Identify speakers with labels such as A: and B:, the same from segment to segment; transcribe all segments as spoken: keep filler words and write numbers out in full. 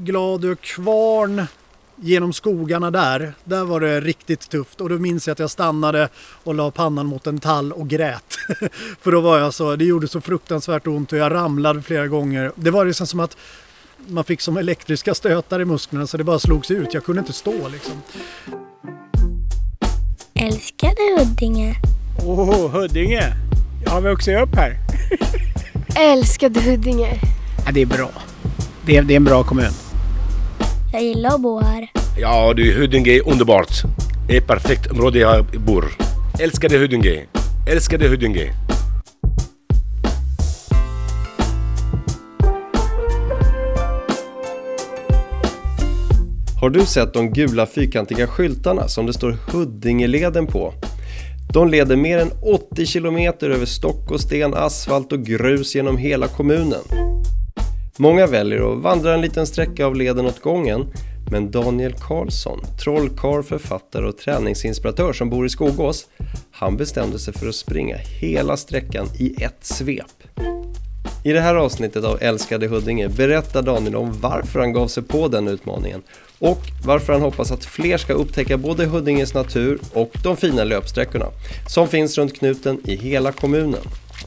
A: Gladö kvarn genom skogarna där, där var det riktigt tufft. Och då minns jag att jag stannade och la pannan mot en tall och grät. För då var jag så, det gjorde så fruktansvärt ont och jag ramlade flera gånger. Det var liksom som att man fick som elektriska stötar i musklerna så det bara slogs ut. Jag kunde inte stå liksom.
B: Älskade Huddinge.
C: Åh, oh, Huddinge. Jag har vuxit upp här.
D: Älskade Huddinge.
C: Ja, det är bra. Det är, det är en bra kommun.
B: Jag gillar att bo här.
E: Ja, du, Huddinge är underbart. Det är ett perfekt område jag bor. Älskade Huddinge. Älskade Huddinge.
F: Har du sett de gula fyrkantiga skyltarna som det står Huddingeleden på? De leder mer än åttio kilometer över stock och sten, asfalt och grus genom hela kommunen. Många väljer att vandra en liten sträcka av leden åt gången, men Daniel Karlsson, trollkarl, författare och träningsinspiratör som bor i Skogås, han bestämde sig för att springa hela sträckan i ett svep. I det här avsnittet av Älskade Huddinge berättar Daniel om varför han gav sig på den utmaningen och varför han hoppas att fler ska upptäcka både Huddinges natur och de fina löpsträckorna som finns runt knuten i hela kommunen.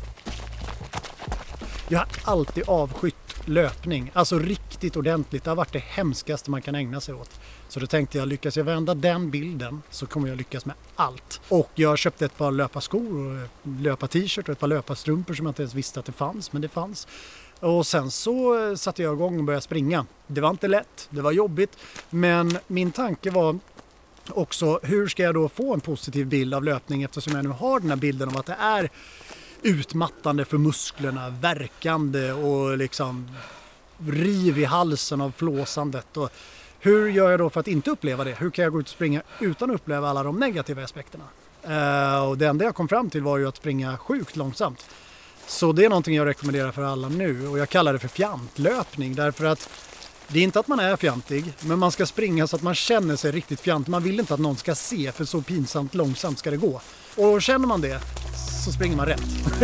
A: Jag har alltid avskytt löpning, alltså riktigt ordentligt. Det har varit det hemskaste man kan ägna sig åt. Så då tänkte jag, lyckas jag vända den bilden så kommer jag lyckas med allt. Och jag köpte ett par löparskor och löpa-t-shirt och ett par löparstrumpor som jag inte ens visste att det fanns, men det fanns. Och sen så satte jag igång och började springa. Det var inte lätt, det var jobbigt, men min tanke var också, hur ska jag då få en positiv bild av löpning eftersom jag nu har den här bilden om att det är utmattande för musklerna, verkande och liksom riv i halsen av flåsandet. Och hur gör jag då för att inte uppleva det? Hur kan jag gå ut och springa utan att uppleva alla de negativa aspekterna? Uh, och det enda jag kom fram till var ju att springa sjukt långsamt. Så det är någonting jag rekommenderar för alla nu och jag kallar det för fjantlöpning därför att det är inte att man är fjantig, men man ska springa så att man känner sig riktigt fjant. Man vill inte att någon ska se, för så pinsamt långsamt ska det gå. Och känner man det så springer man rätt.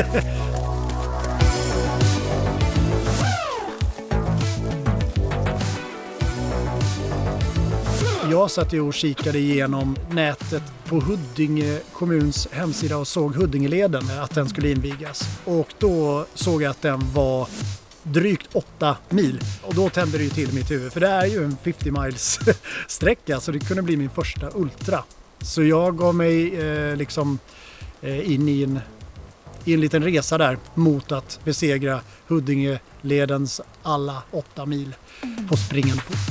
A: Jag satt ju och kikade igenom nätet på Huddinge kommuns hemsida och såg Huddingeleden, att den skulle invigas. Och då såg jag att den var drygt åtta mil. Och då tände det ju till mitt huvud. För det är ju en femtio miles sträcka så det kunde bli min första ultra. Så jag gav mig eh, liksom eh, in i en, i en liten resa där mot att besegra Huddingeledens alla åtta mil på springande fot.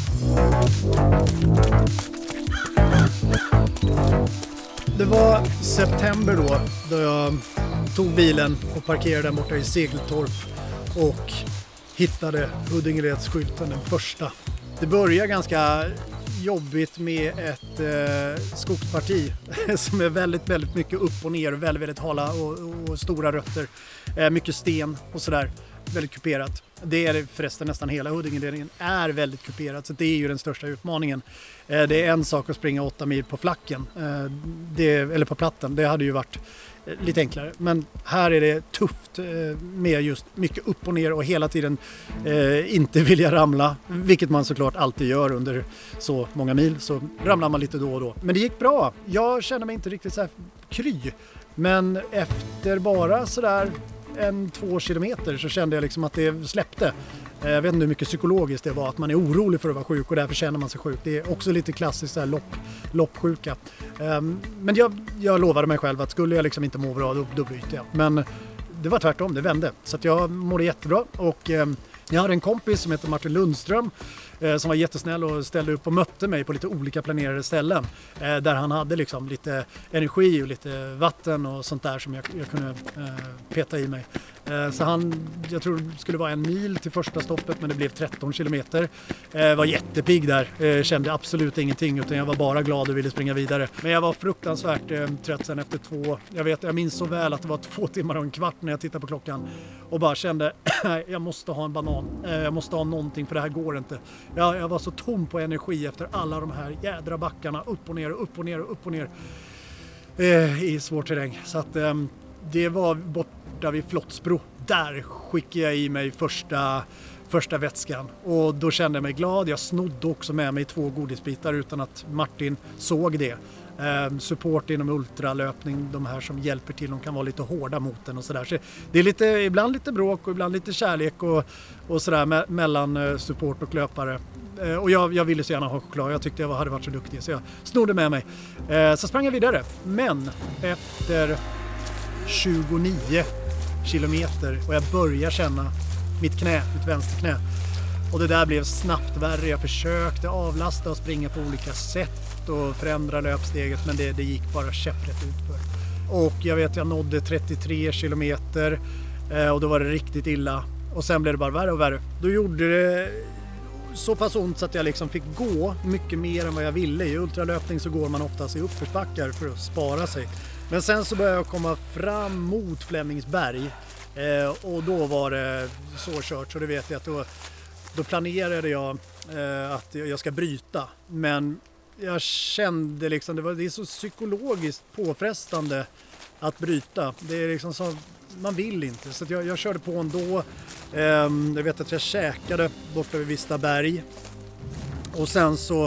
A: Det var september då, då jag tog bilen och parkerade där borta i Segeltorp och hittade Huddingeledsskylten, den första. Det började ganska jobbigt med ett eh, skogsparti som är väldigt, väldigt mycket upp och ner, väldigt, väldigt hala och, och stora rötter. Eh, mycket sten och sådär, väldigt kuperat. Det är förresten nästan hela Huddingeleden är väldigt kuperat, så det är ju den största utmaningen. Eh, det är en sak att springa åtta mil på flacken, eh, det, eller på platten, det hade ju varit lite enklare. Men här är det tufft eh, med just mycket upp och ner och hela tiden eh, inte vilja ramla. Vilket man såklart alltid gör under så många mil, så ramlar man lite då och då. Men det gick bra. Jag kände mig inte riktigt så här kry. Men efter bara sådär en två kilometer så kände jag liksom att det släppte. Jag vet inte hur mycket psykologiskt det var att man är orolig för att vara sjuk och därför känner man sig sjuk. Det är också lite klassiskt så här lopp, loppsjuka. Men jag, jag lovade mig själv att skulle jag liksom inte må bra då, då bryter jag. Men det var tvärtom, det vände. Så att jag mådde jättebra och jag hade en kompis som heter Martin Lundström som var jättesnäll och ställde upp och mötte mig på lite olika planerade ställen där han hade liksom lite energi och lite vatten och sånt där som jag, jag kunde peta i mig. Så han, jag tror det skulle vara en mil till första stoppet, men det blev tretton kilometer. Jag var jättepigg där, kände absolut ingenting utan jag var bara glad och ville springa vidare. Men jag var fruktansvärt trött sen efter två, jag vet, jag minns så väl att det var två timmar och en kvart när jag tittade på klockan och bara kände, jag måste ha en banan, jag måste ha någonting för det här går inte. Jag, jag var så tom på energi efter alla de här jädra backarna, upp och ner och upp och ner och upp och ner eh, i svår terräng. Så att eh, det var borta vid Flottsbro. Där skickade jag i mig första, första vätskan. Och då kände jag mig glad. Jag snodde också med mig två godisbitar utan att Martin såg det. Eh, support inom ultralöpning, de här som hjälper till, de kan vara lite hårda mot den och sådär. Så det är lite, ibland lite bråk och ibland lite kärlek och, och sådär me- mellan eh, support och löpare. Eh, och jag, jag ville så gärna ha choklad, jag tyckte jag hade varit så duktig så jag snodde med mig. Eh, så sprang jag vidare, men efter tjugonio kilometer och jag börjar känna mitt knä, mitt vänsterknä. Och det där blev snabbt värre. Jag försökte avlasta och springa på olika sätt och förändra löpsteget, men det, det gick bara käpprätt utför. Och jag vet jag nådde trettiotre kilometer eh, och då var det riktigt illa. Och sen blev det bara värre och värre. Då gjorde det så pass ont så att jag liksom fick gå mycket mer än vad jag ville. I ultralöpning så går man oftast i uppförsbackar för att spara sig. Men sen så började jag komma fram mot Flemingsberg eh, och då var det så kört, så det vet jag att då, då planerade jag eh, att jag ska bryta. Men jag kände liksom, det, var, det är så psykologiskt påfrestande att bryta. Det är liksom så, man vill inte. Så att jag, jag körde på ändå. Eh, jag vet att jag käkade borta vid Vistaberg. Och sen så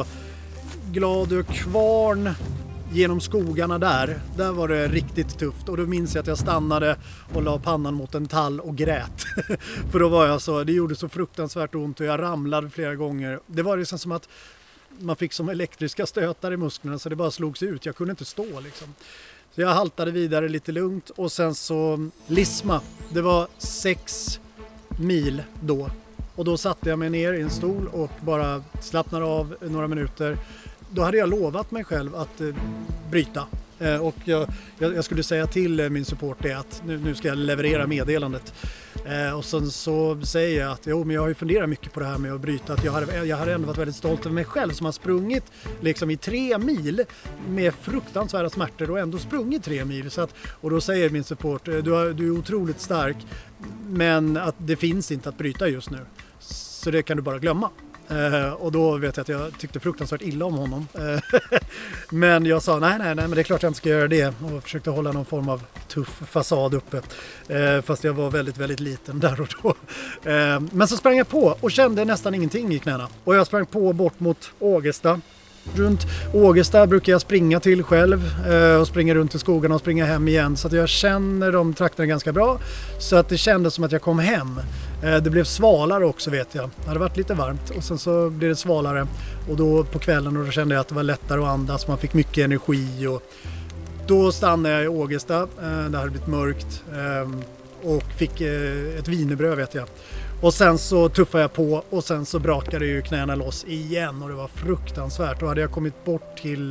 A: Gladö Kvarn genom skogarna där, där var det riktigt tufft. Och då minns jag att jag stannade och la pannan mot en tall och grät. För då var jag så, det gjorde så fruktansvärt ont och jag ramlade flera gånger. Det var liksom som att man fick som elektriska stötar i musklerna så det bara slogs ut. Jag kunde inte stå liksom. Så jag haltade vidare lite lugnt och sen så Lisma. Det var sex mil då. Och då satte jag mig ner i en stol och bara slappnade av några minuter. Då hade jag lovat mig själv att eh, bryta. Eh, och jag, jag, jag skulle säga till eh, min support det att nu, nu ska jag leverera meddelandet. Eh, och sen så säger jag att jo, men jag har ju funderat mycket på det här med att bryta. Att jag hade, jag hade ändå varit väldigt stolt över mig själv som har sprungit liksom i tre mil med fruktansvärda smärtor och ändå sprungit tre mil. Så att, och då säger min support, du, har, du är otroligt stark men att det finns inte att bryta just nu. Så det kan du bara glömma. Uh, och då vet jag att jag tyckte fruktansvärt illa om honom. Uh, men jag sa nej, nej, nej, men det är klart jag inte ska göra det. Och försökte hålla någon form av tuff fasad uppe. Uh, fast jag var väldigt, väldigt liten där och då. Uh, men så sprang jag på och kände nästan ingenting i knäna. Och jag sprang på bort mot Ågesta. Runt Ågesta brukar jag springa till själv uh, och springa runt i skogarna och springa hem igen. Så att jag känner de trakterna ganska bra. Så att det kändes som att jag kom hem. Det blev svalare också vet jag. Det hade varit lite varmt och sen så blev det svalare. Och då på kvällen och då kände jag att det var lättare att andas. Man fick mycket energi. Och då stannade jag i Ågesta. Det hade blivit mörkt. Och fick ett wienerbröd vet jag. Och sen så tuffade jag på och sen så brakade ju knäna loss igen. Och det var fruktansvärt. Då hade jag kommit bort till,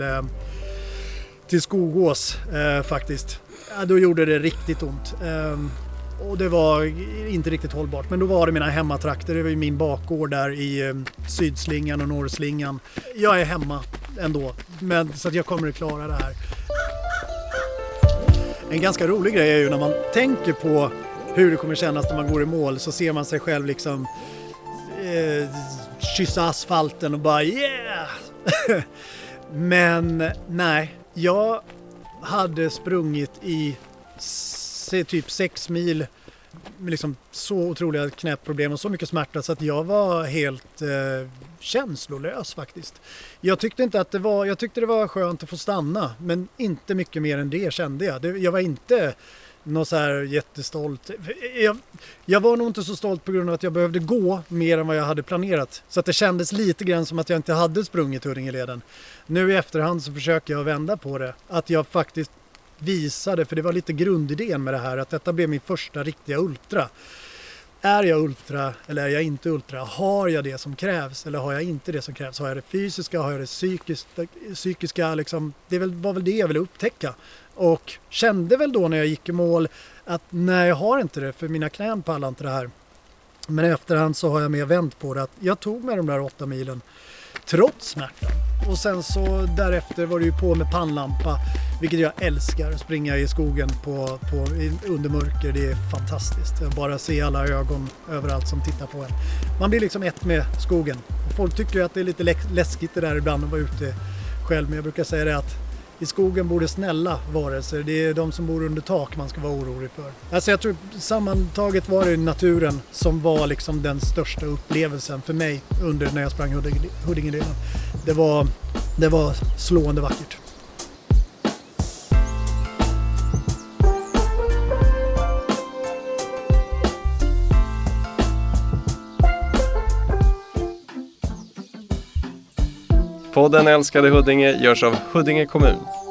A: till Skogås faktiskt. Då gjorde det riktigt ont. Och det var inte riktigt hållbart. Men då var det mina hemmatrakter. Det var ju min bakgård där i eh, Sydslingan och Norrslingan. Jag är hemma ändå. Men, så att jag kommer att klara det här. En ganska rolig grej är ju när man tänker på hur det kommer kännas när man går i mål. Så ser man sig själv liksom eh, kyssa asfalten och bara yeah! Men nej, jag hade sprungit i typ sex mil med liksom så otroliga knäproblem och så mycket smärta så att jag var helt eh, känslolös faktiskt. Jag tyckte inte att det var, jag tyckte det var skönt att få stanna, men inte mycket mer än det kände jag. Det, jag var inte någon så här jättestolt. Jag, jag var nog inte så stolt på grund av att jag behövde gå mer än vad jag hade planerat. Så att det kändes lite grann som att jag inte hade sprungit Huddingeleden. Nu i efterhand så försöker jag vända på det. Att jag faktiskt visade, för det var lite grundidén med det här, att detta blev min första riktiga ultra. Är jag ultra eller är jag inte ultra? Har jag det som krävs eller har jag inte det som krävs? Har jag det fysiska? Har jag det psykiska? psykiska liksom, det var väl det jag ville upptäcka. Och kände väl då när jag gick i mål att nej, jag har inte det, för mina knän pallar inte det här. Men i efterhand så har jag mer vänt på det, att jag tog med de där åtta milen trots smärtan. Och sen så därefter var det ju på med pannlampa, vilket jag älskar. Springa i skogen på, på, under mörker, det är fantastiskt. Jag bara se alla ögon överallt som tittar på en. Man blir liksom ett med skogen. Och folk tycker att det är lite läskigt det där ibland att vara ute själv. Men jag brukar säga det att I skogen bor det snälla varelser. Det är de som bor under tak man ska vara orolig för. Alltså jag tror sammantaget var det naturen som var liksom den största upplevelsen för mig under när jag sprang Huddingeleden. Det var, det var slående vackert.
F: Podden Älskade Huddinge görs av Huddinge kommun.